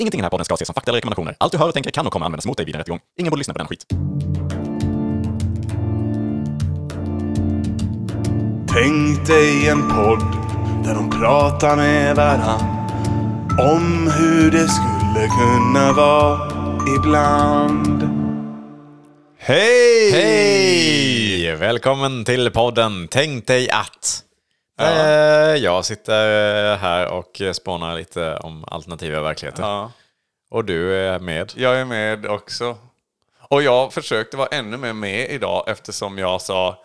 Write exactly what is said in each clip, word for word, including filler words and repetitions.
Ingenting i den här podden ska ses som fakta eller rekommendationer. Allt du hör och tänker kan och kommer användas mot dig vid en rättegång. Ingen borde lyssna på den skit. Tänk dig en podd där de pratar med varann om hur det skulle kunna vara ibland. Hej! Hej! Välkommen till podden Tänk dig att. Ja. Jag sitter här och spånar lite om alternativa verkligheter. Ja. Och du är med. Jag är med också. Och jag försökte vara ännu mer med idag eftersom jag sa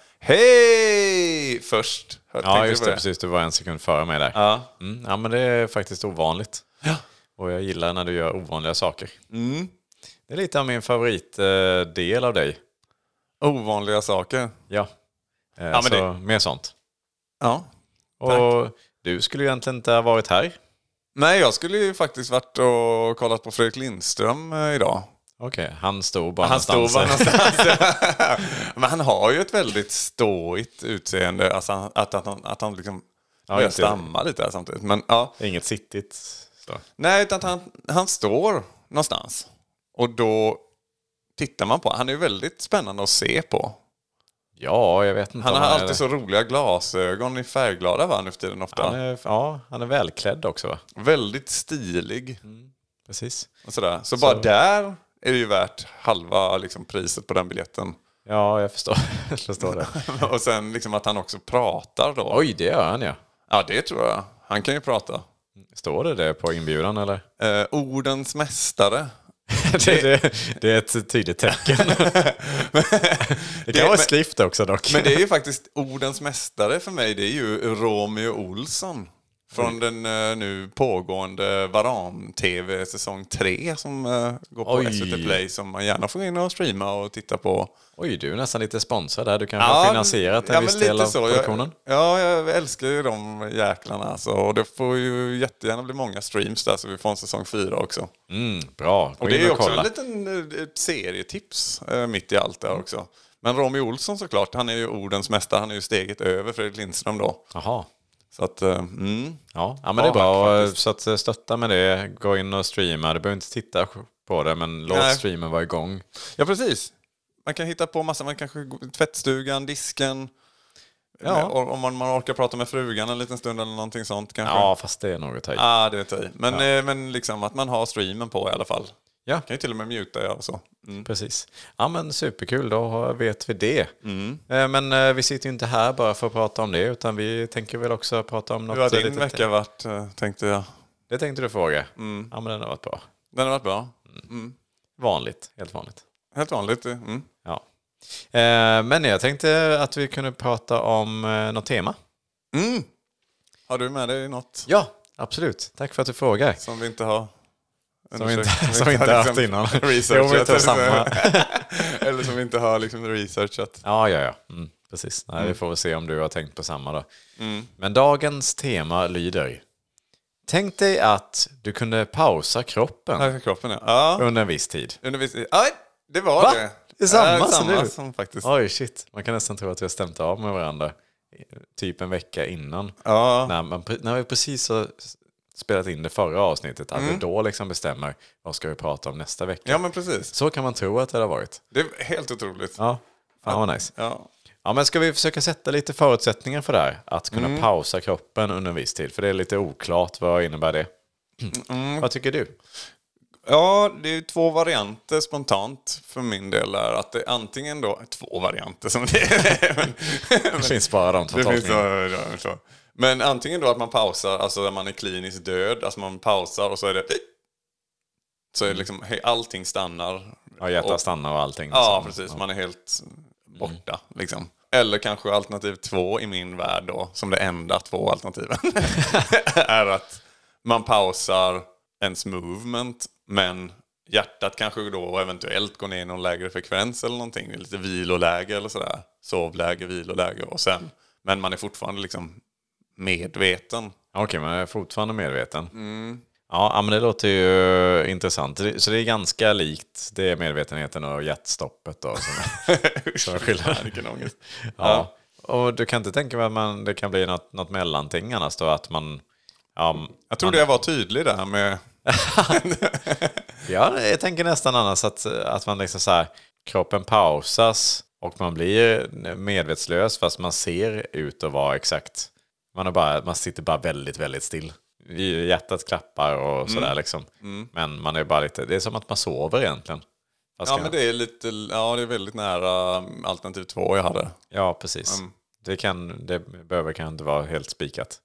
hej först. Ja, just det, det. Precis. Du var en sekund före mig där. Ja. Mm, ja, men det är faktiskt ovanligt. Ja. Och jag gillar när du gör ovanliga saker. Mm. Det är lite av min favoritdel av dig. Ovanliga saker? Ja. Eh, ja men så det... mer sånt. Ja. Och tack. Du skulle ju egentligen inte ha varit här. Nej, jag skulle ju faktiskt varit och kollat på Fredrik Lindström eh, idag. Okej, okay. Han stod bara han någonstans. Stod bara någonstans. Men han har ju ett väldigt ståigt utseende. Alltså att, att han, att han liksom ja, stammar lite här samtidigt. Men, ja. Inget sittigt. Så. Nej, utan han, han står någonstans. Och då tittar man på. Han är ju väldigt spännande att se på. Ja, jag vet inte. Han har han alltid är... så roliga glasögon i färgglada va, nu för tiden ofta. Han är, ja, han är välklädd också va? Väldigt stilig. Mm, precis. Och sådär. Så, så bara där är det ju värt halva liksom, priset på den biljetten. Ja, jag förstår, jag förstår det. Och sen liksom att han också pratar då. Oj, det gör han ja. Ja, det tror jag. Han kan ju prata. Står det det på inbjudan eller? Eh, ordens mästare. det, det, det är ett tydligt tecken. Det kan vara skrift också dock. Men det är ju faktiskt ordens mästare för mig. Det är ju Romeo Olsson. Från den uh, nu pågående Varan-tv säsong tre som uh, går på Oj. S V T Play som man gärna får in och streama och titta på. Oj, du är nästan lite sponsrad där. Du kan ja, ha finansierat en ja, viss del av så. produktionen. Jag, ja, jag älskar ju de jäklarna. Alltså. Och det får ju jättegärna bli många streams där så vi får en säsong fyra också. Mm, bra. Gå och det är ju också kolla. En liten ett serietips uh, mitt i allt där också. Men Romeo Olsson såklart, han är ju ordens mästare. Han är ju steget över Fredrik Lindström då. Jaha. Så att, mm. ja, ja, men det är bra. Så att stötta med det. Gå in och streama. Du behöver inte titta på det, men låt Nej. streamen vara igång. Ja, precis. Man kan hitta på massa, man kanske tvättstugan, disken. Ja. Om man, man orkar prata med frugan en liten stund eller någonting sånt. Kanske. Ja, fast det är något att ta i. Ja, det är ta i. Men, ja. men liksom att man har streamen på i alla fall. Ja. Kan ju till och med muta ja, och så. Mm. Precis. Ja men superkul, då vet vi det. Mm. Men eh, vi sitter ju inte här bara för att prata om det, utan vi tänker väl också prata om något. Hur har din lite vecka varit, tänkte jag? Det tänkte du fråga. Mm. Ja men den har varit bra. Den har varit bra. Mm. Vanligt, helt vanligt. Helt vanligt, mm. Ja. Eh, men jag tänkte att vi kunde prata om eh, något tema. Mm. Har du med dig något? Ja, absolut. Tack för att du frågar. Som vi inte har... Som vi inte, som vi inte har haft innan. Researchat. Eller, samma. Eller som vi inte har liksom researchat. Ja, ja, ja. Mm, precis. Nej, mm. Vi får väl se om du har tänkt på samma då. Mm. Men dagens tema lyder: tänk dig att du kunde pausa kroppen, ja, kroppen ja. Ja. under en viss tid. Under viss tid. Aj, det var Va? det. Det är samma, äh, samma som, som faktiskt. Oj, shit. Man kan nästan tro att vi har stämt av med varandra typ en vecka innan. Ja. När, man, när vi precis har spelat in det förra avsnittet, att mm. vi då liksom bestämmer vad ska vi prata om nästa vecka. Ja, men precis. Så kan man tro att det har varit. Det är helt otroligt. Ja, fan vad nice. Ja. Ja, men ska vi försöka sätta lite förutsättningar för det här? Att kunna mm. pausa kroppen under en viss tid. För det är lite oklart, vad innebär det? Mm. Vad tycker du? Ja, det är två varianter spontant för min del är att det är antingen då, två varianter som det är. men, det finns bara de två tolkningarna. Men antingen då att man pausar, alltså där man är kliniskt död, alltså man pausar och så är det så är det liksom, hej, allting stannar. Ja, hjärtat stannar och allting. Ja, precis. Man är helt borta, mm. liksom. Eller kanske alternativ två i min värld då, som det enda två alternativen, är att man pausar ens movement, men hjärtat kanske då eventuellt går ner i någon lägre frekvens eller någonting, lite viloläge eller sådär. Sovläge, viloläge och sen, men man är fortfarande liksom medveten. Okej, okay, man är fortfarande medveten. Mm. Ja, men det låter ju intressant. Så det är ganska likt det är medvetenheten och hjärtstoppet då, som, som är skillnad. Vilken ångest. Ja. Ja. Och du kan inte tänka mig att man, det kan bli något, något mellanting annars då, att man... Ja, jag tror man, det jag var tydlig där med... Ja, jag tänker nästan annars att, att man liksom så här, kroppen pausas och man blir medvetslös fast man ser ut att vara exakt. Man, är bara, man sitter bara väldigt, väldigt still. Hjärtat klappar och sådär mm. liksom. Mm. Men man är bara lite, det är som att man sover egentligen. Fast ja, men det är lite, ja, det är väldigt nära alternativ två jag hade. Ja, precis. Mm. Det, kan, det behöver kan inte vara helt spikat.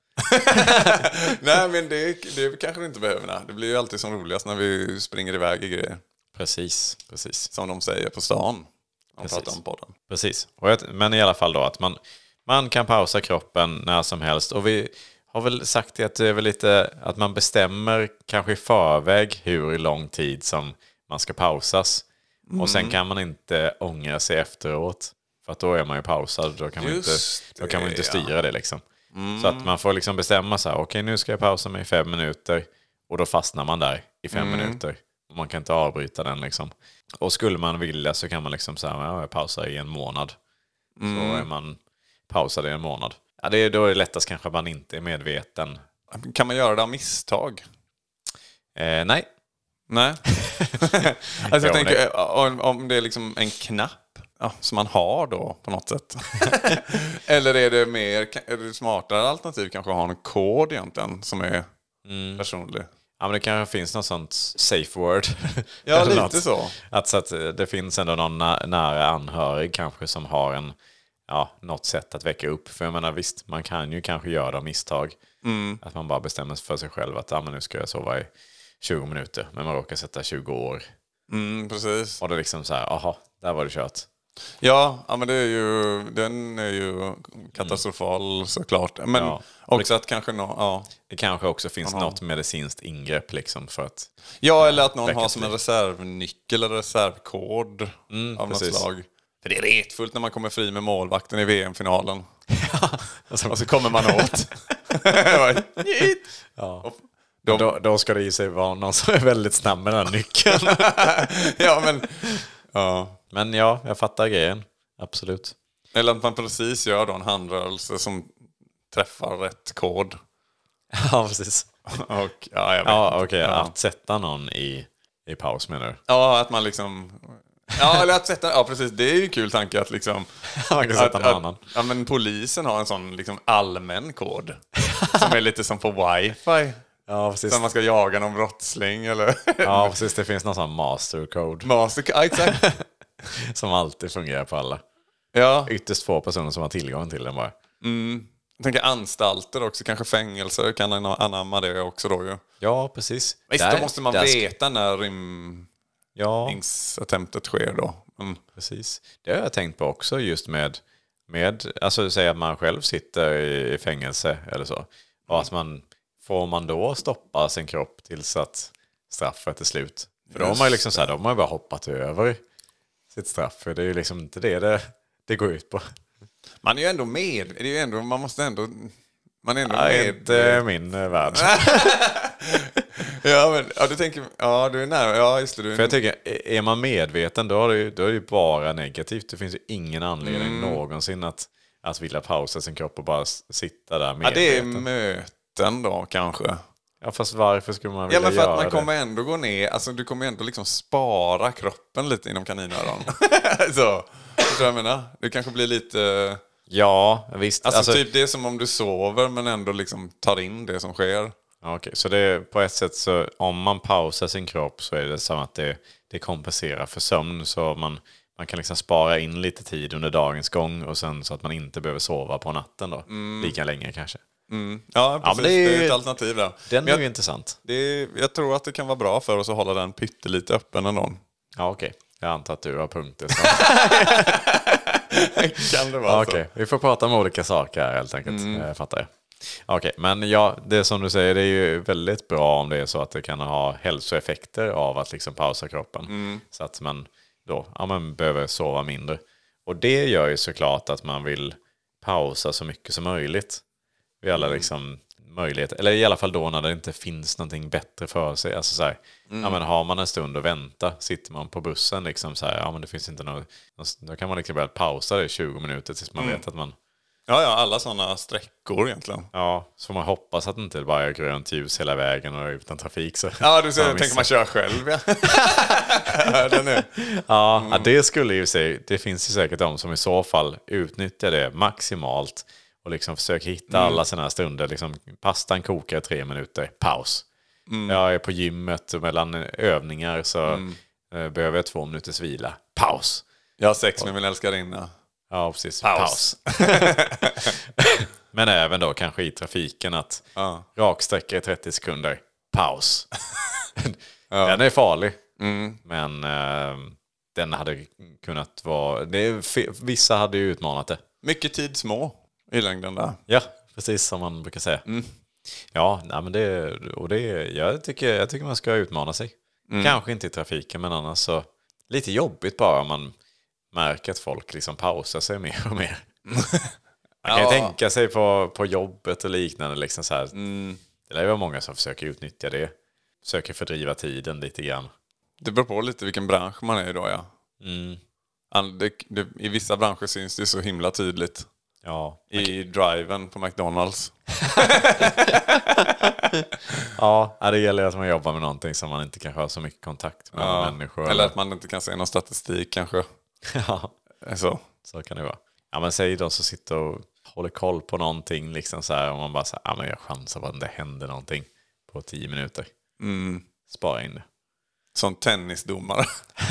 Nej, men det, det kanske det inte behöver. Nej. Det blir ju alltid som roligast när vi springer iväg i grejer. Precis, precis. Som de säger på stan. De pratar om podden. Precis. Och jag, men i alla fall då att man, man kan pausa kroppen när som helst. Och vi har väl sagt det att det är väl lite att man bestämmer kanske i förväg hur lång tid som man ska pausas. Mm. Och sen kan man inte ångra sig efteråt. För att då är man ju pausad. Då kan man, inte, då kan man inte styra ja. det liksom. Mm. Så att man får liksom bestämma så här, okej okay, nu ska jag pausa mig i fem minuter. Och då fastnar man där i fem mm. minuter. Och man kan inte avbryta den liksom. Och skulle man vilja så kan man liksom säga, ja, jag pausar i en månad. Mm. Så är man pausad i en månad. Ja, det är, då är det lättast kanske att man inte är medveten. Kan man göra det av misstag? Eh, nej. Nej. Alltså jag tänker, om, om det är liksom en knapp ja, som man har då på något sätt. Eller är det mer är det smartare alternativ kanske att ha en kod egentligen som är mm. personlig? Ja, men det kanske finns något sånt safe word. Ja, lite så. Att, så att det finns ändå någon nära anhörig kanske som har en, ja, något sätt att väcka upp. För jag menar visst, man kan ju kanske göra misstag. Mm. Att man bara bestämmer för sig själv att ja, men nu ska jag sova i tjugo minuter. Men man råkar sätta tjugo år. Mm, precis. Och det är liksom så här, aha, där var det kört. Ja, ja, men det är ju, den är ju katastrofal mm. såklart. Men ja. också att kanske no, ja. det kanske också finns Aha. något medicinskt ingrepp liksom för att... Ja, eller att någon har som en reservnyckel eller reservkod mm, av precis. något slag. För det är retfullt när man kommer fri med målvakten i V M-finalen. Ja. Och så kommer man åt. Ja. De... Då, då ska det ju sig vara någon som är väldigt snabb med den här nyckeln. Ja, men... Ja. Men ja, jag fattar grejen. Absolut. Eller att man precis gör då en handrörelse som träffar rätt kod. Ja, precis. Och, ja, jag vet ja, okej. Okay. Ja. Att sätta någon i, i paus menar du? Ja, att man liksom... Ja, eller att sätta... Ja, precis. Det är ju en kul tanke att liksom... Man kan sätta någon att, annan. Ja, men polisen har en sån liksom allmän kod. Som är lite som på wifi. Ja, precis. Så man ska jaga någon brottsling eller... Ja, precis. Det finns någon sån mastercode. Mastercode, ja, exakt. Som alltid fungerar på alla. Ja. Ytterst få personer som har tillgång till den bara. Mm. Jag tänker anstalter också, kanske fängelser kan anamma det också då ju. Ja, precis. Visst, där, då måste man veta när rymningsattemptet ja. sker då. Mm. Precis. Det har jag tänkt på också just med, med alltså säga att man själv sitter i fängelse eller så. Och att man, får man då stoppa sin kropp tills att straffet är slut? För då har man ju liksom så här, då har man ju bara hoppat över sitt straff. För det är ju liksom inte det det, det går ut på. Man är ju ändå med. Det är ju ändå, man måste ändå... Man är ändå ja, med. Inte min värld. Ja, men ja, du tänker... Ja, du är nära. Ja, just det. Du är För jag tycker, är man medveten då är det ju, då är det ju bara negativt. Det finns ju ingen anledning mm. någonsin att, att vilja pausa sin kropp och bara sitta där medveten. Ja, det är möten då kanske. Ja, fast varför skulle man vilja göra det? Ja, men för att man det? kommer ändå gå ner... Alltså, du kommer ändå liksom spara kroppen lite inom kaninöron. Så, så jag menar. Det kanske blir lite... Ja, visst. Alltså, alltså typ det är som om du sover men ändå liksom tar in det som sker. Okej, okay. Så det är på ett sätt så om man pausar sin kropp så är det som att det, det kompenserar för sömn. Så man, man kan liksom spara in lite tid under dagens gång och sen så att man inte behöver sova på natten då. Mm. Lika länge kanske. Mm. Ja, precis. Ja, men det, är, det är ett alternativ där. Den jag, är ju intressant. Det är, jag tror att det kan vara bra för oss att hålla den pyttelite öppen ändå. Ja, okej. Okay. Jag antar att du har punkter. Så. Kan det vara okay. så? Vi får prata om olika saker här helt enkelt. Mm. Jag fattar jag. Okej, okay. Men ja, det som du säger, det är ju väldigt bra om det är så att det kan ha hälsoeffekter av att liksom pausa kroppen. Mm. Så att man då ja, man behöver sova mindre. Och det gör ju såklart att man vill pausa så mycket som möjligt. Vi alla liksom möjlighet, eller i alla fall då när det inte finns någonting bättre för sig. Alltså så här, mm. ja, men har man en stund att vänta, sitter man på bussen liksom så här, ja men det finns inte något, då kan man liksom börja pausa det i tjugo minuter tills man mm. vet att man Ja, ja, alla sådana sträckor egentligen. Ja, så man hoppas att det inte bara är grönt ljus hela vägen och utan trafik. Så Ja, du ser, man jag tänker missar. man kör själv. Ja. Den är. Ja, Mm. ja, det skulle ju säga, det finns ju säkert de som i så fall utnyttjar det maximalt och liksom försöker hitta Mm. alla sina stunder. Liksom, pastan kokar i tre minuter, paus. Mm. Jag är på gymmet och mellan övningar så Mm. eh, behöver jag två minuters vila, paus. Jag har sex med min älskarinna. Ja, precis. Paus. Paus. Men även då kanske i trafiken att Ja. raksträcka i trettio sekunder, paus. Ja. Den är farlig. Mm. Men eh, den hade kunnat vara... Det är, fe- vissa hade ju utmanat det. Mycket tid små i längden där. Ja, precis som man brukar säga. Mm. Ja, nej, men det, och det, jag, tycker, jag tycker man ska utmana sig. Mm. Kanske inte i trafiken, men annars så lite jobbigt bara om man märker att folk liksom pausar sig mer och mer. Man kan ju Ja. tänka sig på, på jobbet och liknande. Liksom så här. Mm. Det är ju många som försöker utnyttja det. Försöker fördriva tiden lite grann. Det beror på lite vilken bransch man är i då, ja. Mm. All- Det, det, I vissa branscher syns det så himla tydligt. Ja. I driven på McDonalds. Ja, det gäller att man jobbar med någonting som man inte kanske har så mycket kontakt med Ja. människor. Eller att man inte kan se någon statistik kanske. Ja, Så. så kan det vara. Ja, men säg de som sitter och håller koll på någonting liksom så här, och man bara säger, ja men jag chansar på att det händer någonting på tio minuter. Mm. Spara in det. Som tennisdomare.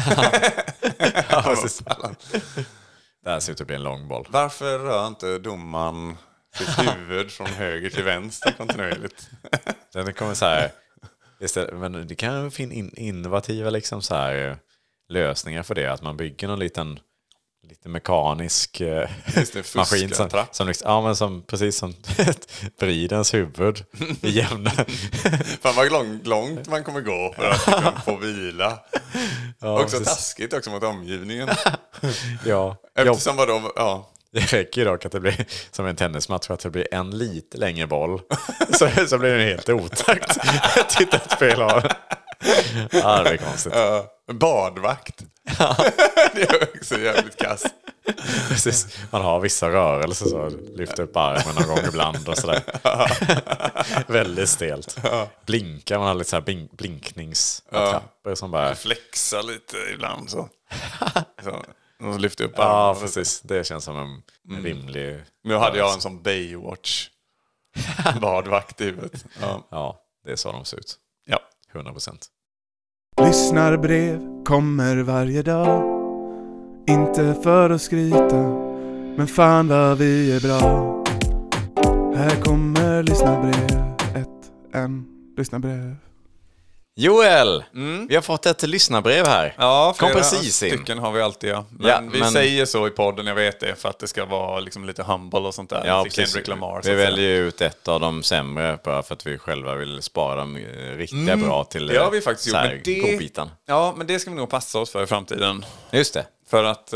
Ja, precis. Det här ser ut att bli en lång boll. Varför rör inte domaren sitt huvud från höger till vänster kontinuerligt? Det kommer så här, istället, men det kan finnas in, innovativa liksom så här lösningar för det, att man bygger någon liten lite mekanisk eh, Just det, maskin som, fuskartrapp. som, liksom, ja, men som precis som bridens huvud i jämna. Fan vad långt, långt man kommer gå för att liksom få vila. Ja, också precis. taskigt också mot omgivningen. Ja, Eftersom vadå, ja. det räcker dock att det blir som en tennismatch för att det blir en lite längre boll. Så, så blir den helt otakt. Titta ett spel av. Ja, det blir konstigt. Uh, badvakt. Det är också jävligt kass. Precis. Man har vissa rörelser så lyfter upp armen någon gång ibland och sådär. Väldigt stelt. Blinkar, man har lite så här blink- blinkningsattrapper som bara... Flexa lite ibland så. så och lyfter upp Ja, armen. precis. Det känns som en, en rimlig... Nu hade jag en sån Baywatch. Badvakt i huvudet. Ja. Ja, det är så de ser ut. Ja. hundra procent. Lyssnarbrev kommer varje dag. Inte för att skryta, men fan vad vi är bra. Här kommer lyssnarbrev. Ett, en, lyssnarbrev. Joel! Vi har fått ett lyssnarbrev här. Ja, Kom flera precis in. stycken har vi alltid, ja. Men Ja, vi men- säger så i podden, jag vet det, för att det ska vara liksom lite humble och sånt där. Ja, Lite precis. Kendrick Lamar, så Vi att säga. väljer ju ut ett av de sämre bara för att vi själva vill spara dem eh, riktigt bra till Det har vi faktiskt så gjort, här men det- godbitan. Ja, men det ska vi nog passa oss för i framtiden. Just det. För att... eh,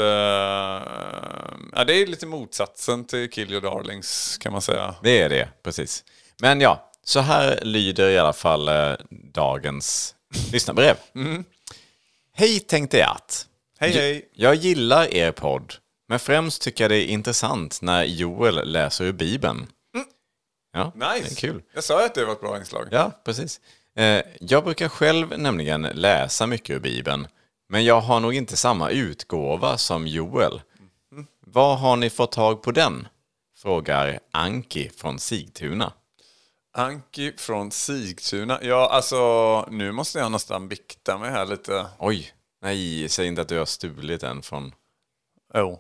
ja, det är lite motsatsen till Kill Your Darlings, kan man säga. Det är det, precis. Men ja, så här lyder i alla fall eh, dagens lyssnarbrev. Hej, tänkte jag att. Hej, hej. Jag gillar er podd, men främst tycker jag det är intressant när Joel läser ur Bibeln. Ja, Nice. det är kul. Jag sa ju att det var ett bra inslag. Ja, precis. Eh, jag brukar själv nämligen läsa mycket ur Bibeln, men jag har nog inte samma utgåva som Joel. Var har ni fått tag på den? Frågar Anki från Sigtuna. Anki från Sigtuna. Ja, alltså, nu måste jag nästan bikta mig här lite. Oj, nej, säg inte att du har stulit den från... Oh.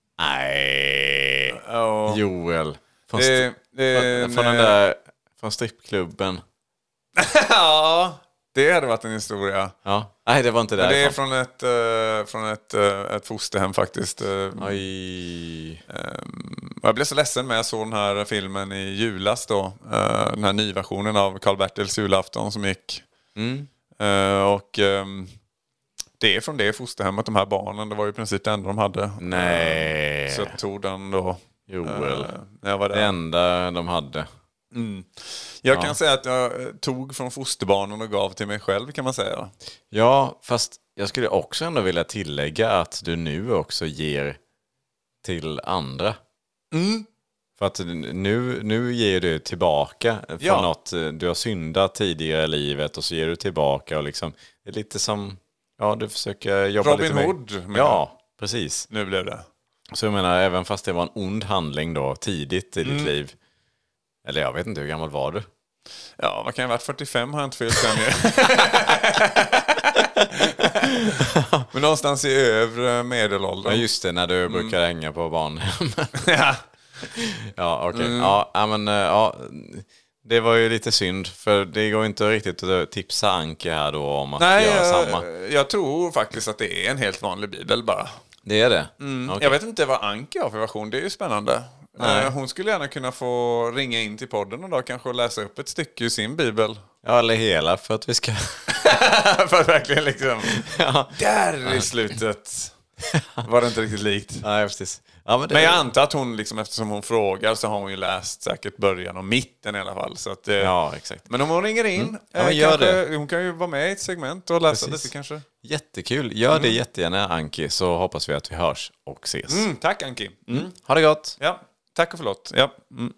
Nej, Oh. Joel. Från, Det, st- det, från, från den där... Från strippklubben. Ja, det hade varit en historia. Ja, nej, det var inte Men det är därifrån. från ett, uh, från ett, uh, ett fosterhem faktiskt. Uh, Oj. um, jag blev så ledsen när jag såg den här filmen i julas då. Uh, den här nyversionen av Karl-Bertils julafton som gick. Mm. Uh, och um, det är från det fosterhemmet, de här barnen. Det var ju i princip det enda de hade. Nej. Uh, så jag tog den då. Joel. Uh, när jag var där. Det enda de hade. Mm. Jag Ja. kan säga att jag eh, tog från fosterbarnen och gav till mig själv, kan man säga. Ja, fast jag skulle också ändå vilja tillägga att du nu också ger till andra. Mm. För att nu, nu ger du tillbaka från Ja. något du har syndat tidigare i livet och så ger du tillbaka och liksom, det är lite som, ja du försöker jobba Robin lite med... Hood, menar Ja, precis. Nu blev det. Så jag menar, även fast det var en ond handling då tidigt i Mm. ditt liv, eller jag vet inte, hur gammal var du? Ja, vad kan jag ha varit? fyrtiofem har jag inte fel sen. Men någonstans i övre medelåldern. Ja just det, när du brukar hänga på barnhem. Ja. Ja, okej. Ja, ja, men eh, ja, det var ju lite synd, för det går inte riktigt att tipsa Anki här då om att Nej, göra jag, samma. jag tror faktiskt att det är en helt vanlig bibel bara. Det är det? Mm. Okej. Jag vet inte vad Anki har för version, det är ju spännande. Nej. Eh, Hon skulle gärna kunna få ringa in till podden och då kanske och läsa upp ett stycke ur sin bibel. Ja, eller hela, för att vi ska... För att verkligen liksom... ja. Där i slutet var det inte riktigt likt. Nej, precis. Ja, men det... Men jag antar att hon, liksom, eftersom hon frågar så har hon ju läst säkert början och mitten i alla fall. Så att, eh, Ja, exakt. Men om hon ringer in, Mm. Ja, eh, men gör kanske, det. hon kan ju vara med i ett segment och läsa Precis. lite kanske. Jättekul. Gör det jättegärna, Anki, så hoppas vi att vi hörs och ses. Mm, tack Anki. Mm. Ha det gott! Ja, tack och förlåt. Ja. Mm.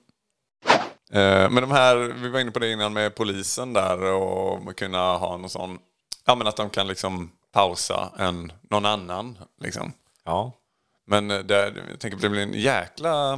Eh, men de här, vi var inne på det innan med polisen där och kunna ha någon sån, ja men att de kan liksom pausa en, någon annan liksom. Ja. Men eh, det, jag tänker att det blir en jäkla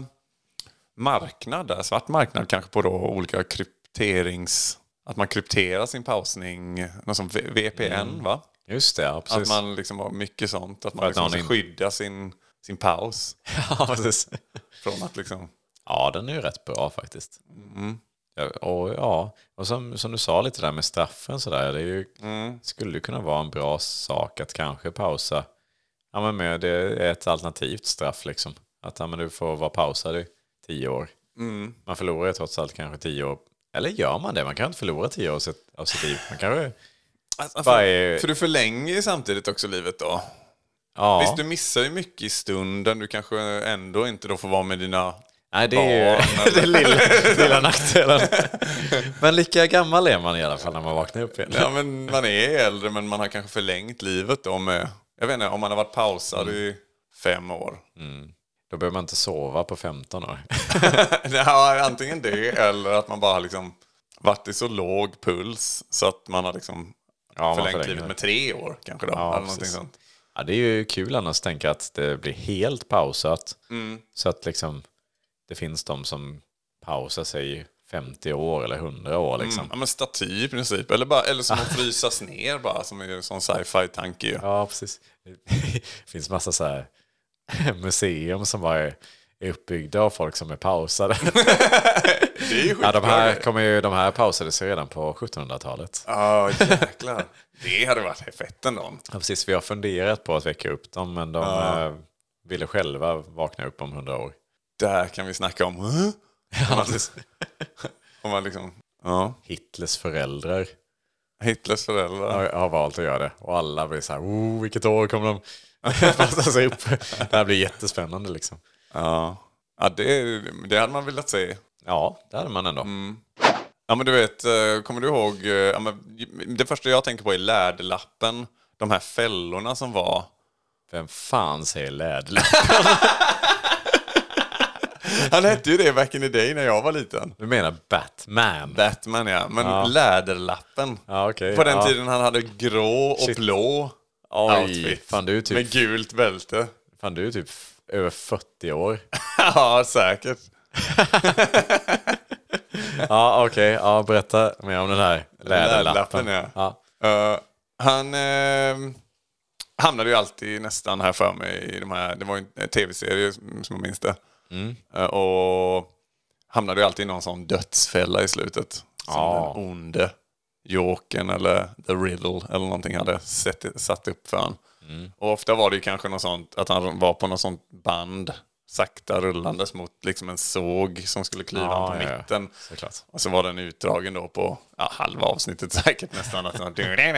marknad där, svart marknad kanske på då olika krypterings, att man krypterar sin pausning, någon som V P N va? Just det, ja, precis. Att man liksom har mycket sånt, att man att liksom någon ska in- skydda sin, sin paus Ja, precis. från att liksom... Ja, den är ju rätt bra faktiskt. Ja, och ja, och som, som du sa lite där med straffen så där, det är ju, skulle ju kunna vara en bra sak att kanske pausa. Ja, men med, det är ett alternativt straff liksom. Att ja, men du får vara pausad i tio år. Man förlorar ju trots allt kanske tio år. Eller gör man det? Man kan inte förlora tio år av sitt, av sitt liv. Man kanske... Alltså, Bara för, är- för du förlänger ju samtidigt också livet då. Ja. Visst, du missar ju mycket i stunden. Du kanske ändå inte då får vara med dina Nej, det är ju barn. den lilla, lilla nackdelen. Men lika gammal är man i alla fall när man vaknar upp igen. Ja, men man är äldre, men man har kanske förlängt livet då med... Jag vet inte, om man har varit pausad i fem år. Då behöver man inte sova på femton år. Ja, antingen det, eller att man bara har liksom varit i så låg puls så att man har liksom Ja, man förlängt förlänger livet det. med tre år kanske då. Ja, eller någonting precis. sånt. Ja, det är ju kul annars att tänka att det blir helt pausat. Mm. Så att liksom det finns de som pausar sig i femtio år eller hundra år liksom. Ja, men staty i princip. Eller, bara, eller som att frysas ner bara, som är ju en sån sci-fi-tanke ju. Ja, precis. Det finns massa så här museum som bara är är uppbyggda av folk som är pausade. Det är ju Ja, de här, skitbra. kommer ju, de här pausade sig redan på sjuttonhundratalet. Ja, jäklar. Det hade varit fett ändå. Ja, precis. Vi har funderat på att väcka upp dem, men de Ja. eh, ville själva vakna upp om hundra år. Där kan vi snacka om... Huh? Ja, precis. Om man liksom... Ja. Hitlers föräldrar Hitlers föräldrar. har, har valt att göra det. Och alla blir så här, oh, vilket år kommer de passa sig upp? Det här blir jättespännande liksom. Ja, ja det, det hade man velat se. Ja, det hade man ändå. Mm. Ja, men du vet, eh, kommer du ihåg... eh, Ja, men det första jag tänker på är läderlappen. De här fällorna som var... Vem fan säger läderlapp? Han hette ju det back in the day när jag var liten. Du menar Batman? Batman, ja. Men Ja. läderlappen. Ja, okej. På den ja. tiden han hade grå och Shit. blå Oj, outfit. fan du är typ, Med gult bälte. fan, du är typ över fyrtio år. Ja, säkert. Ja, okej. Ja, berätta mer om den här läderlappen. Läderlappen, ja. Uh, han uh, hamnade ju alltid nästan här för mig i de här... Det var ju en tv-serie som jag minns det. Mm. Uh, och hamnade ju alltid i någon sån dödsfälla i slutet. Som Ja. den onde Jokern eller The Riddle eller någonting hade sett, satt upp för han. Mm. Och ofta var det ju kanske något sånt att han var på något sånt band sakta rullandes mot liksom en såg som skulle kliva Ja, han på ja, ja. mitten. Såklart. Och så var den utdragen då på ja, halva avsnittet säkert nästan. Att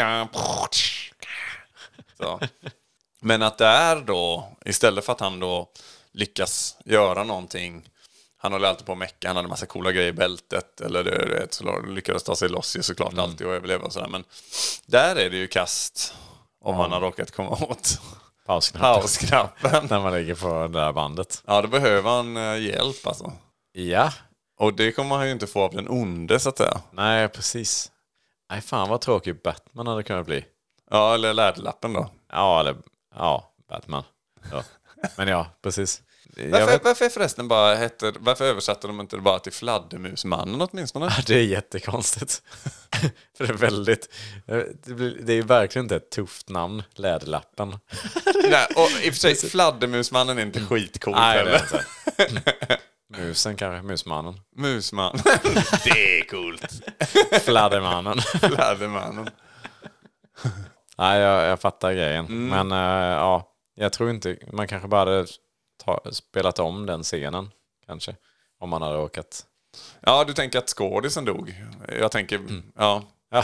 så. Men att där då, istället för att han då lyckas göra någonting, han håller alltid på att mecka, han hade en massa coola grejer i bältet, eller det, det, så lyckades ta sig loss ju såklart Mm. alltid och överleva och sådär. Men där är det ju kast om man har råkat komma åt Pausknappen. pausknappen. När man ligger på det där bandet. Ja, då behöver han eh, hjälp alltså. Ja. Och det kommer han ju inte få av den onde, så att säga. Nej, precis. Nej, fan vad tråkig Batman hade kunnat bli. Ja, eller läderlappen då. Ja, eller... Ja, Batman. Ja. Men ja, precis. Varför, vet... varför förresten bara heter, varför översatte de inte bara till Fladdermusmannen åtminstone? Det är jättekonstigt. För det är väldigt... Det, blir, det är ju verkligen inte ett tufft namn, Läderlappen. Nej, och i och för sig, Fladdermusmannen är inte skitcoolt Nej, heller. det är inte. Musen kanske, Musmannen. Musman. Det är coolt. Fladdermannen. Fladdermannen. Nej, jag, jag fattar grejen. Mm. Men uh, ja, jag tror inte... Man kanske bara hade ta, spelat om den scenen, kanske. Om man hade råkat... Ja, du tänker att skådisen dog. Jag tänker, mm. ja. Ja.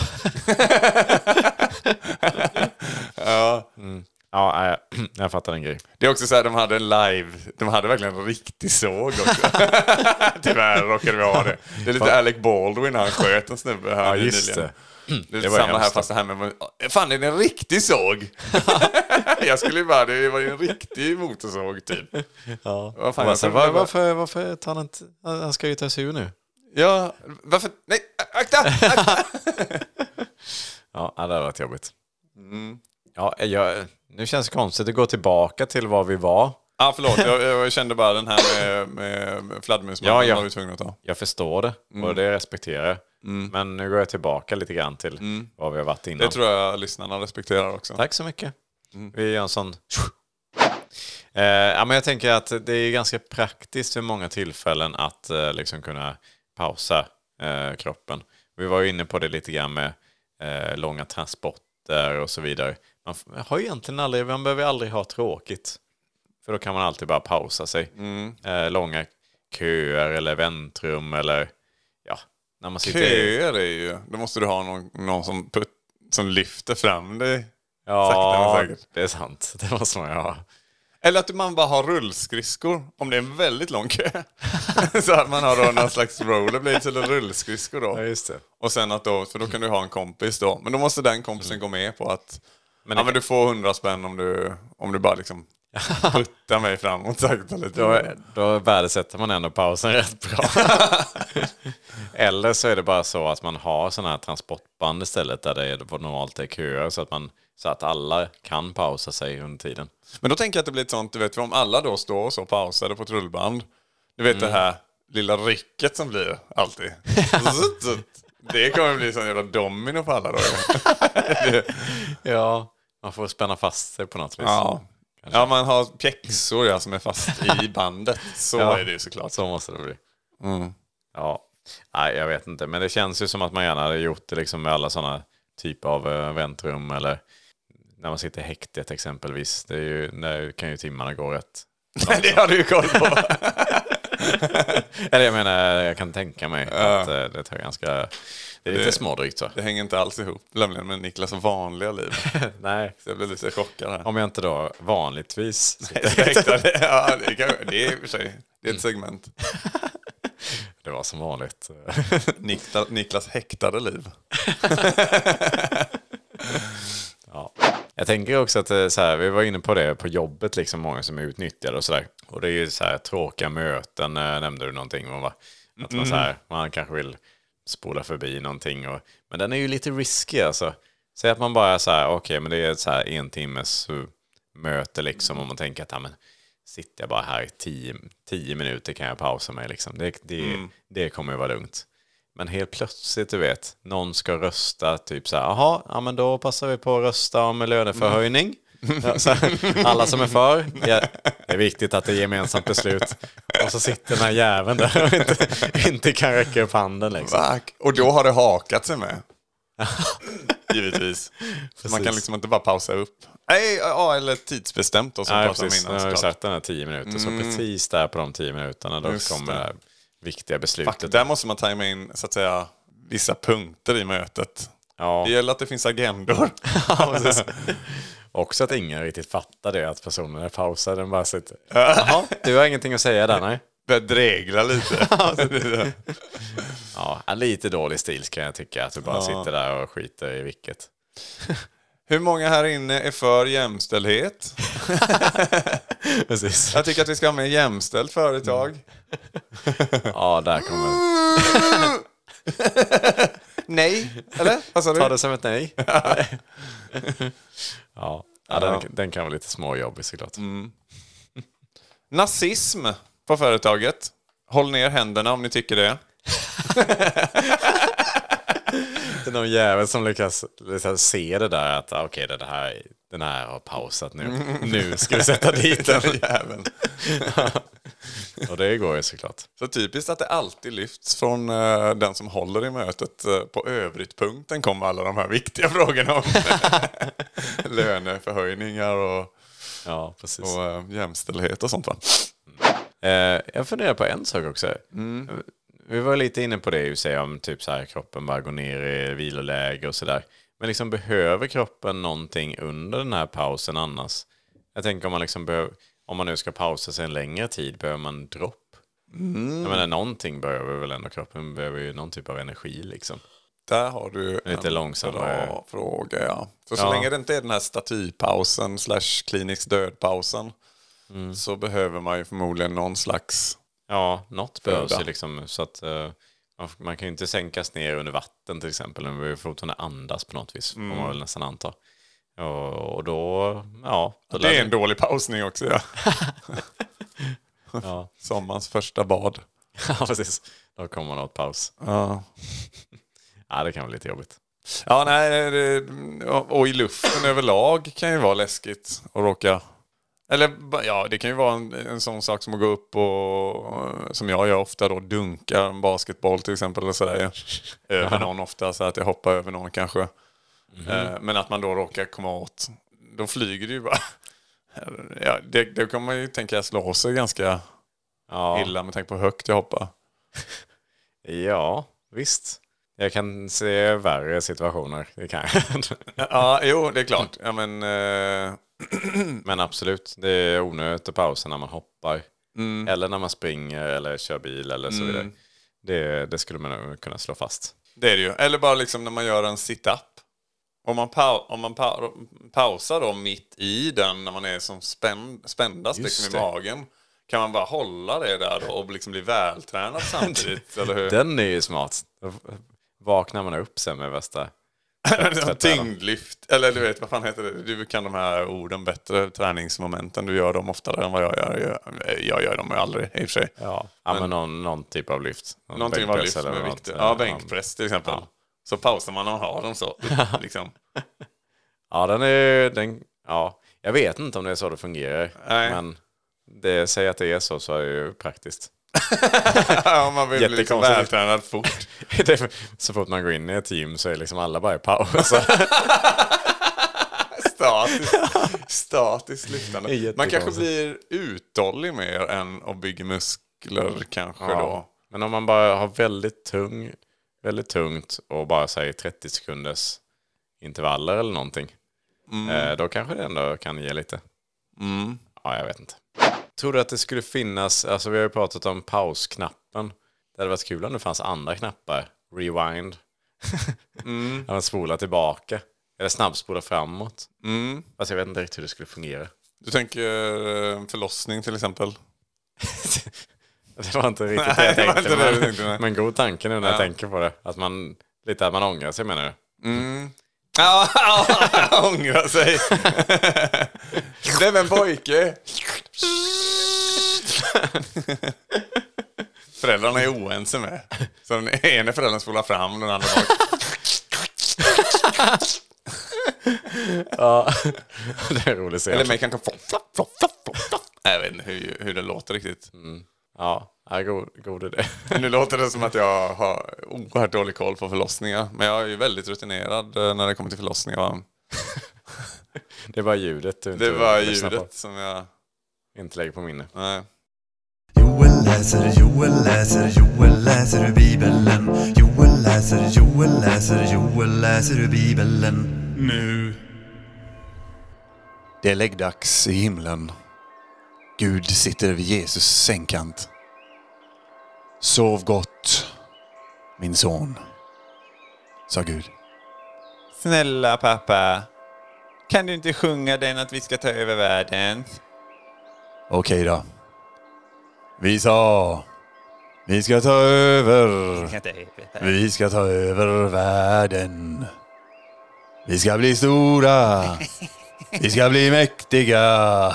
Ja. Mm. Ja, jag, jag fattar en grej. Det är också så här, de hade en live, de hade verkligen en riktig såg också. Tyvärr råkade vi ha det. Det är lite Alec Baldwin när han sköt en snubbe här. Ja, just nyligen. det. Det är Det var samma här, hemskt. fast det här med... Fan, är det en riktig såg? Jag skulle ju bara... Det var ju en riktig motorsåg, typ. Ja. Vad fan, Var, jag så, trodde var, det var- varför, varför tar han inte... Han ska ju ta sig ur nu. Ja, varför... Nej, akta! akta! Ja, det hade varit jobbigt. Mm. Ja, jag, nu känns det konstigt att gå tillbaka till vad vi var. Ja, förlåt. Jag, jag kände bara den här med, med fladdermusmannen. Ja, ja. Var vi tvungna att ta. Jag förstår det, och det respekterar jag. Mm. Men nu går jag tillbaka lite grann till Mm. vad vi har varit innan. Det tror jag lyssnarna respekterar också. Tack så mycket. Mm. Vi gör en sån... Eh, ja, men jag tänker att det är ganska praktiskt vid många tillfällen att eh, liksom kunna pausa eh, kroppen. Vi var ju inne på det lite grann med eh, långa transporter och så vidare. Man f- har ju egentligen aldrig, man behöver aldrig ha tråkigt. För då kan man alltid bara pausa sig. Mm. Eh, långa köer eller väntrum eller ja, när man sitter i... Köer är ju... Då måste du ha någon, någon som, put, som lyfter fram dig. Ja, sakta men säkert. det är sant. Det måste man ju ha. Eller att man bara har rullskridskor. Om det är en väldigt lång kö. Så att man har då någon slags rollerblades eller rullskridskor då. Ja, just det. Och sen att då, för då kan du ha en kompis då. Men då måste den kompisen gå med på att Men ja, det men du får hundra spänn om du, om du bara liksom puttar mig framåt sakta lite. Då, då värdesätter man ändå pausen rätt bra. Eller så är det bara så att man har sådana här transportband istället där det är, normalt är köer så att, man, så att alla kan pausa sig under tiden. Men då tänker jag att det blir ett sånt, du vet, om alla då står så pausade på ett rullband. Du vet Mm. det här lilla rycket som blir alltid. Det kommer bli sån jävla domino på alla då. Ja, man får spänna fast sig på något vis. Ja. Ja, man har pjäxor ja, som är fast i bandet. Så Ja. är det ju såklart. Så måste det bli. Mm. Ja, nej jag vet inte. Men det känns ju som att man gärna hade gjort det liksom med alla sådana typer av uh, väntrum eller när man sitter i häktet exempelvis. Det är ju, där kan ju timmarna gå rätt. Det har du ju koll på. Eller jag menar, jag kan tänka mig Ja. att uh, det tar ganska... Det är lite Det- smådrygt så. Det hänger inte alls ihop, nämligen med Niklas vanliga liv. Nej, Så jag blir lite chockad här. om jag inte då vanligtvis... Häktade. Ja, det, kan, det är i och för sig det är ett segment. Det var som vanligt. Niklas, Niklas häktade liv. Ja. Jag tänker också att det, så här, vi var inne på det på jobbet, liksom många som är utnyttjade och sådär. Och det är ju så här tråkiga möten, äh, nämnde du någonting om, va? Att man, så här, man kanske vill spola förbi någonting. Och, men den är ju lite risky alltså. Säg att man bara är så här, okej okay, men det är ett så här en timmes uh, möte liksom. Och man tänker att ja, men, sitter jag bara här i tio, tio minuter kan jag pausa mig liksom. Det, det, Mm. det kommer ju vara lugnt. Men helt plötsligt, du vet, någon ska rösta typ så här, jaha, ja men då passar vi på att rösta om löneförhöjning. Ja, så här, alla som är för, ja, det är viktigt att det är gemensamt beslut. Och så sitter den här jäveln där och inte, inte kan räcka upp handen liksom. Vack. Och då har det hakat sig med. Givetvis. Så man kan Precis. liksom inte bara pausa upp. Nej, ja, eller tidsbestämt och så Nej, pratar precis. innan Nu har vi såklart. sagt den här tio minuter. Så precis där på de tio minuterna då Just kommer det här viktiga beslutet. Fuck, där måste man tajma in så att säga vissa punkter i mötet. Ja. Det gäller att det finns agendor. Ja, precis. Också att ingen riktigt fattar det, att personen är pausad. Den bara sitter, jaha, du har ingenting att säga där, nej? Börjar dregla lite. Ja, lite dålig stil kan jag tycka, att du bara sitter där och skiter i vilket. Hur många här inne är för jämställdhet? Precis. Jag tycker att vi ska ha med jämställt företag. Ja, där kommer... Nej, eller? Vad sa du? Ta det som ett nej. Ja, ja den, den kan vara lite småjobbig såklart. Mm. Nazism på företaget. Håll ner händerna om ni tycker det. Det är någon jävel som lyckas, lyckas se det där att okej, okay, det här, den här har pausat nu. Nu ska vi sätta dit den jäveln. Och det går ju såklart. Så typiskt att det alltid lyfts från uh, den som håller i mötet. Uh, på övrigt-punkten kommer alla de här viktiga frågorna om löneförhöjningar och, ja, precis. och uh, jämställdhet och sånt va? Mm. Uh, jag funderar på en sak också. Mm. Vi var lite inne på det ju, säga om typ så här kroppen bara går ner i viloläge och sådär. Men liksom behöver kroppen någonting under den här pausen annars? Jag tänker om man liksom behöver, om man nu ska pausa sig en längre tid, behöver man dropp? Mm. Jag menar, någonting behöver väl ändå kroppen, behöver ju någon typ av energi liksom. Där har du lite en långsammare bra fråga, ja. För så ja. länge det inte är den här statypausen slash klinisk dödpausen mm. så behöver man ju förmodligen någon slags... Ja, något behövs ju liksom så att uh, man kan ju inte sänkas ner under vatten till exempel. Man behöver fortfarande andas på något vis, mm. får man väl nästan anta. Och, och då, ja. Då det är en dålig pausning också, ja. Ja. Sommarens första bad. Ja, precis. Då kommer man åt paus. Ja. Ja, det kan vara lite jobbigt. Ja, nej, det, och i luften överlag kan ju vara läskigt att råka... Eller ja, det kan ju vara en, en sån sak som att gå upp och, som jag gör ofta då, dunka en basketboll till exempel eller sådär. Över någon ofta, så att jag hoppar över någon kanske. Mm-hmm. Men att man då råkar komma åt, då flyger det ju bara. Ja, det, det kommer man ju tänka jag slå sig ganska ja. illa med tanke på hur högt jag hoppar. Ja, visst. Jag kan se värre situationer, det kan jag. Ja, jo, det är klart. Ja, men... Eh... Men absolut, det är onödigt att pausa när man hoppar. Mm. Eller när man springer eller kör bil eller så vidare. Mm. Det, det skulle man nog kunna slå fast. Det är det ju. Eller bara liksom när man gör en sit-up. Om man, pa- om man pa- pausar då mitt i den när man är som spänn- spändast liksom i magen. Kan man bara hålla det där då och liksom bli vältränad samtidigt, eller hur? Den är ju smart. Då vaknar man upp sen med värsta... Tyngdlyft, eller du vet, vad fan heter det? Du kan de här orden bättre, träningsmomenten. Du gör dem oftare än vad jag gör. Jag, jag gör dem ju aldrig, i och för sig. Ja, men, men någon, någon typ av lyft. Någon någonting av lyft med vikt. Ja, bänkpress till exempel. Ja. Så pausar man och har dem så. liksom. Ja, den är... Den, ja, jag vet inte om det är så det fungerar. Nej. Men det säger att det är så, så är det ju praktiskt. Ja, man vill bli liksom vältränad fort. Så fort man går in i ett team så är liksom alla bara i paus. Statiskt, statiskt lyftande. Man kanske blir uthållig mer än att bygga muskler kanske ja. Då. Men om man bara har väldigt tung, väldigt tungt och bara säger trettio sekunders intervaller eller någonting. Mm. Eh, då kanske det ändå kan ge lite. Mm. Ja, jag vet inte. Tror du att det skulle finnas, alltså vi har ju pratat om pausknappen. Det hade varit kul om det fanns andra knappar. Rewind. Mm. Eller spola tillbaka. Eller snabbspola framåt. Mm. Alltså jag vet inte riktigt hur det skulle fungera. Du tänker en förlossning till exempel? Det var inte riktigt nej, det jag tänkte. Det men, det tänkte men god tanke nu när ja. Jag tänker på det. Att man, lite att man ångrar sig menar du? Mm. Ja, ja, ångrar sig. Det är en pojke. Föräldrarna är oense med. Så den ena föräldern spolar fram, den andra bak. Ja, det är roligt att se. Eller mig kanske jag vet inte hur, hur det låter riktigt. Mm. Ja, är god, god idé. Nu låter det som att jag har oerhört dålig koll på förlossningar. Men jag är ju väldigt rutinerad när det kommer till förlossningar. Det var ljudet du inte Det var ljudet som jag inte lägger på minne. Nej. Joel läser, Joel läser, Joel läser ur Bibeln. Joel läser, Joel läser, Joel läser ur Bibeln. Nu. Det är läggdags i himlen. Gud sitter vid Jesus sängkant. Sov gott, min son, sa Gud. Snälla pappa, kan du inte sjunga den att vi ska ta över världen? Okej då. Vi sa... Vi ska ta över. Vi ska ta över världen. Vi ska bli stora. Vi ska bli mäktiga.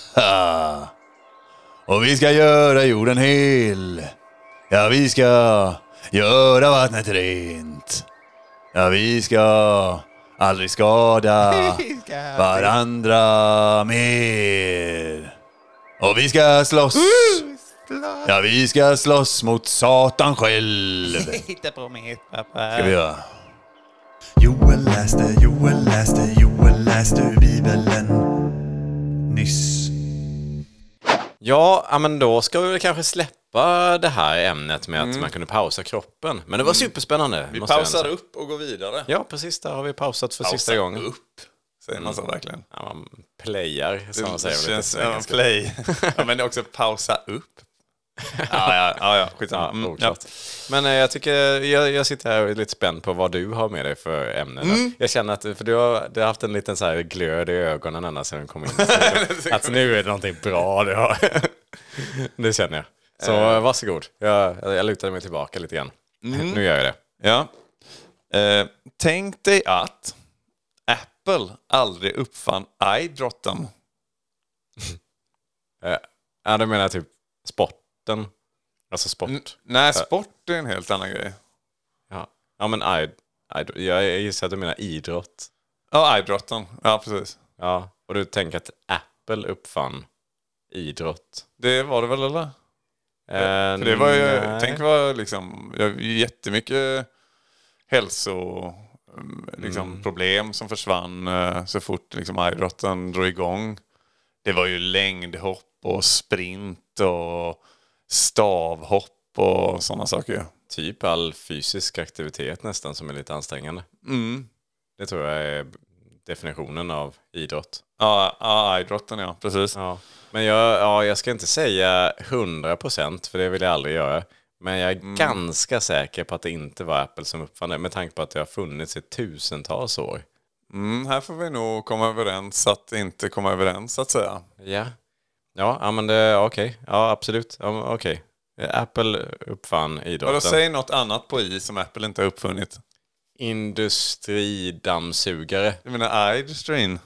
Och vi ska göra jorden hel. Ja, vi ska göra vattnet rent. Ja, vi ska aldrig skada varandra mer. Och vi ska slåss. Ja, vi ska slåss mot Satan själv. Hitta på mig, pappa. Ska vi göra? Joel läste, Joel läste, Joel läste ur Bibeln nyss. Ja, ja, men då ska vi väl kanske släppa det här ämnet med att mm. man kunde pausa kroppen. Men det var superspännande. Vi pausar upp och går vidare. Ja, precis. Där har vi pausat för Pausa sista gången. upp, säger man så verkligen. Ja, man playar, som man säger. Det känns, ja, play. Ja, men det är också pausa upp. Ja, ja, ja, ja, skitsamma. Mm, ja. Men eh, jag tycker, jag, jag sitter här och är lite spänd på vad du har med dig för ämnen. Mm. Jag känner att, för du har, du har haft en liten så här glöd i ögonen ända sedan du kom in. Att nu är det någonting bra du har. Det känner jag. Så uh. varsågod. Jag, jag lutade mig tillbaka lite grann. Mm. Nu gör jag det. Ja. Eh, tänk dig att Apple aldrig uppfann iDrotten. eh, ja, du menar typ sporten? Alltså sport? N- nej, sport är en helt annan grej. Ja, ja men I, I, jag gissar att du menar idrott. Ja, idrotten. Ja, precis. Ja, och du tänker att Apple uppfann idrott? Det var det väl, eller? Eh, För det var ju, tänk vad liksom, jättemycket hälso liksom, mm. problem som försvann så fort liksom, idrotten drog igång. Det var ju längdhopp och sprint och stavhopp och sådana saker. Typ all fysisk aktivitet nästan som är lite ansträngande. Mm. Det tror jag är definitionen av idrott. Ja, ja idrotten, ja. Precis. Ja. Men jag, ja, jag ska inte säga hundra procent, för det vill jag aldrig göra. Men jag är mm. ganska säker på att det inte var Apple som uppfann det, med tanke på att det har funnits i tusentals år. Mm, här får vi nog komma överens att inte komma överens, så att säga. Ja, ja, ja men det okej. Okay. Ja, absolut. Ja, okej. Okay. Apple uppfann idrotten. Och då säg något annat på i som Apple inte har uppfunnit. Industridammsugare. Du menar iDream?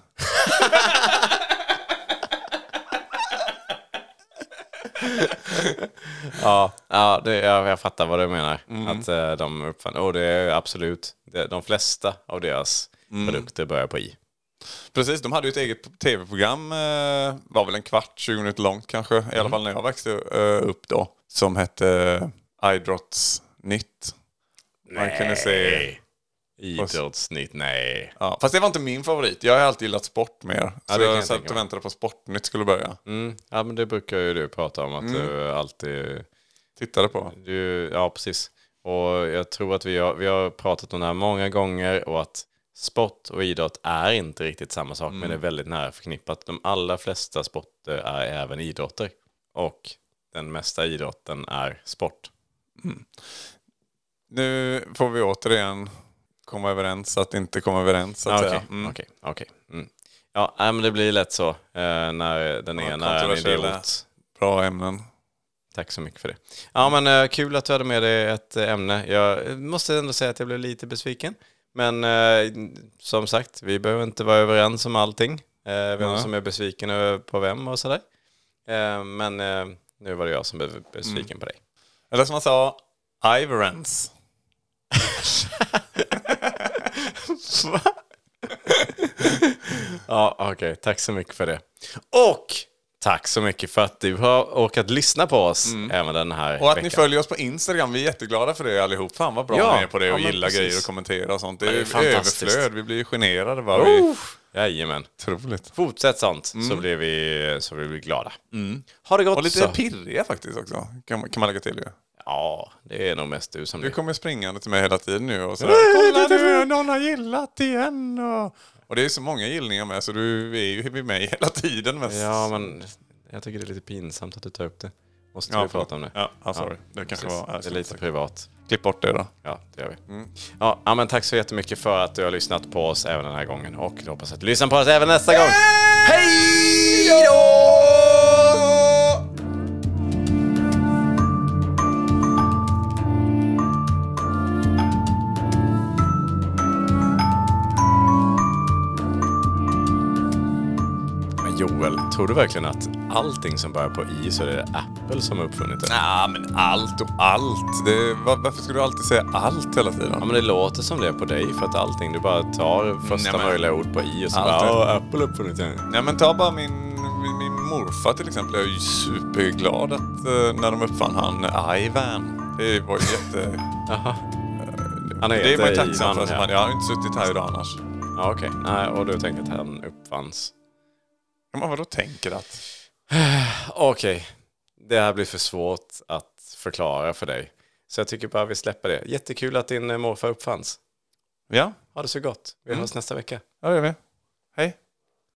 ja, ja det, jag, jag fattar vad du menar. Mm. Att uh, de uppfann. Och det är absolut. Det, de flesta av deras mm. produkter börjar på i. Precis, de hade ju ett eget tv-program. Eh, var väl en kvart, tjugo minuter långt kanske. Mm. I alla fall när jag växte uh, upp då. Som hette uh, Idrottsnytt. Man nej. kunde se... Idrottsnytt, nej. Ja, fast det var inte min favorit. Jag har alltid gillat sport mer. Ja, så jag satt och väntade på Sportnytt skulle börja. Mm. Ja, men det brukar ju du prata om. Att mm. du alltid... tittade på. Du, ja, precis. Och jag tror att vi har, vi har pratat om det här många gånger. Och att sport och idrott är inte riktigt samma sak. Mm. Men det är väldigt nära förknippat. De allra flesta sporter är även idrotter. Och den mesta idrotten är sport. Mm. Nu får vi återigen... komma överens, att inte komma överens, så att okay. säga. Mm. Okej, okay. okej. Okay. Mm. Ja, men det blir lätt så eh, när den ena är en idiot. Bra ämnen. Tack så mycket för det. Ja, men eh, kul att du hade med dig ett ämne. Jag måste ändå säga att jag blev lite besviken. Men eh, som sagt, vi behöver inte vara överens om allting. Eh, vem ja. som är besviken på vem och sådär. Eh, men eh, nu var det jag som blev besviken mm. på dig. Eller som man sa, Iverens. Ja, okej. Okay. Tack så mycket för det. Och tack så mycket för att du har orkat lyssna på oss mm. även den här veckan. Och att veckan. Ni följer oss på Instagram. Vi är jätteglada för det allihop. Fan vad bra ja, ni är på det och ja, gillar precis. grejer och kommentera och sånt. Det är, det är överflöd. Vi blir ju generade. Bara oh, vi... Jajamän. Troligt. Fortsätt sånt mm. så blir vi så blir vi glada. Mm. Har det gått och lite så? pirriga faktiskt också. Kan, kan man lägga till det? Ja, det är nog mest du som du det. kommer springande till mig hela tiden nu och sådär. Kolla nu, någon har gillat igen. Och, och det är så många gillningar med så du är ju med mig hela tiden. Mest. Ja, men jag tycker det är lite pinsamt att du tar upp det. Måste ja, vi prata om det? Ja, ah, sorry. Ja, det kanske var, det är lite privat. Klipp bort det då. Ja, det gör vi. Mm. Ja, ja, men tack så jättemycket för att du har lyssnat på oss även den här gången. Och jag hoppas att du lyssnar på oss även nästa gång. Hej då! Joel, tror du verkligen att allting som börjar på i så är det Apple som har uppfunnit det? Ja, men allt och allt. Det, var, varför ska du alltid säga allt hela tiden? Ja, men det låter som det på dig för att allting, du bara tar första Nej, men- möjliga ord på i och så Allt bara, är- "Åh, Apple har uppfunnit det." Ja, men ta bara min, min, min morfar till exempel. Jag är ju superglad att uh, när de uppfann han Ivan. Det var ju jätte... Jaha. Han det är heter man ju tacksam Ivan, för. Som ja. han, jag har ju inte suttit här idag annars. Ja, okej. Nej, och du tänker att han uppfanns. Ja, men vadå tänker att? Okej, det här blir för svårt att förklara för dig. Så jag tycker bara vi släpper det. Jättekul att din morfar uppfanns. Ja, Ha det så gott. Vi hörs nästa vecka. ja det gör vi. Hej.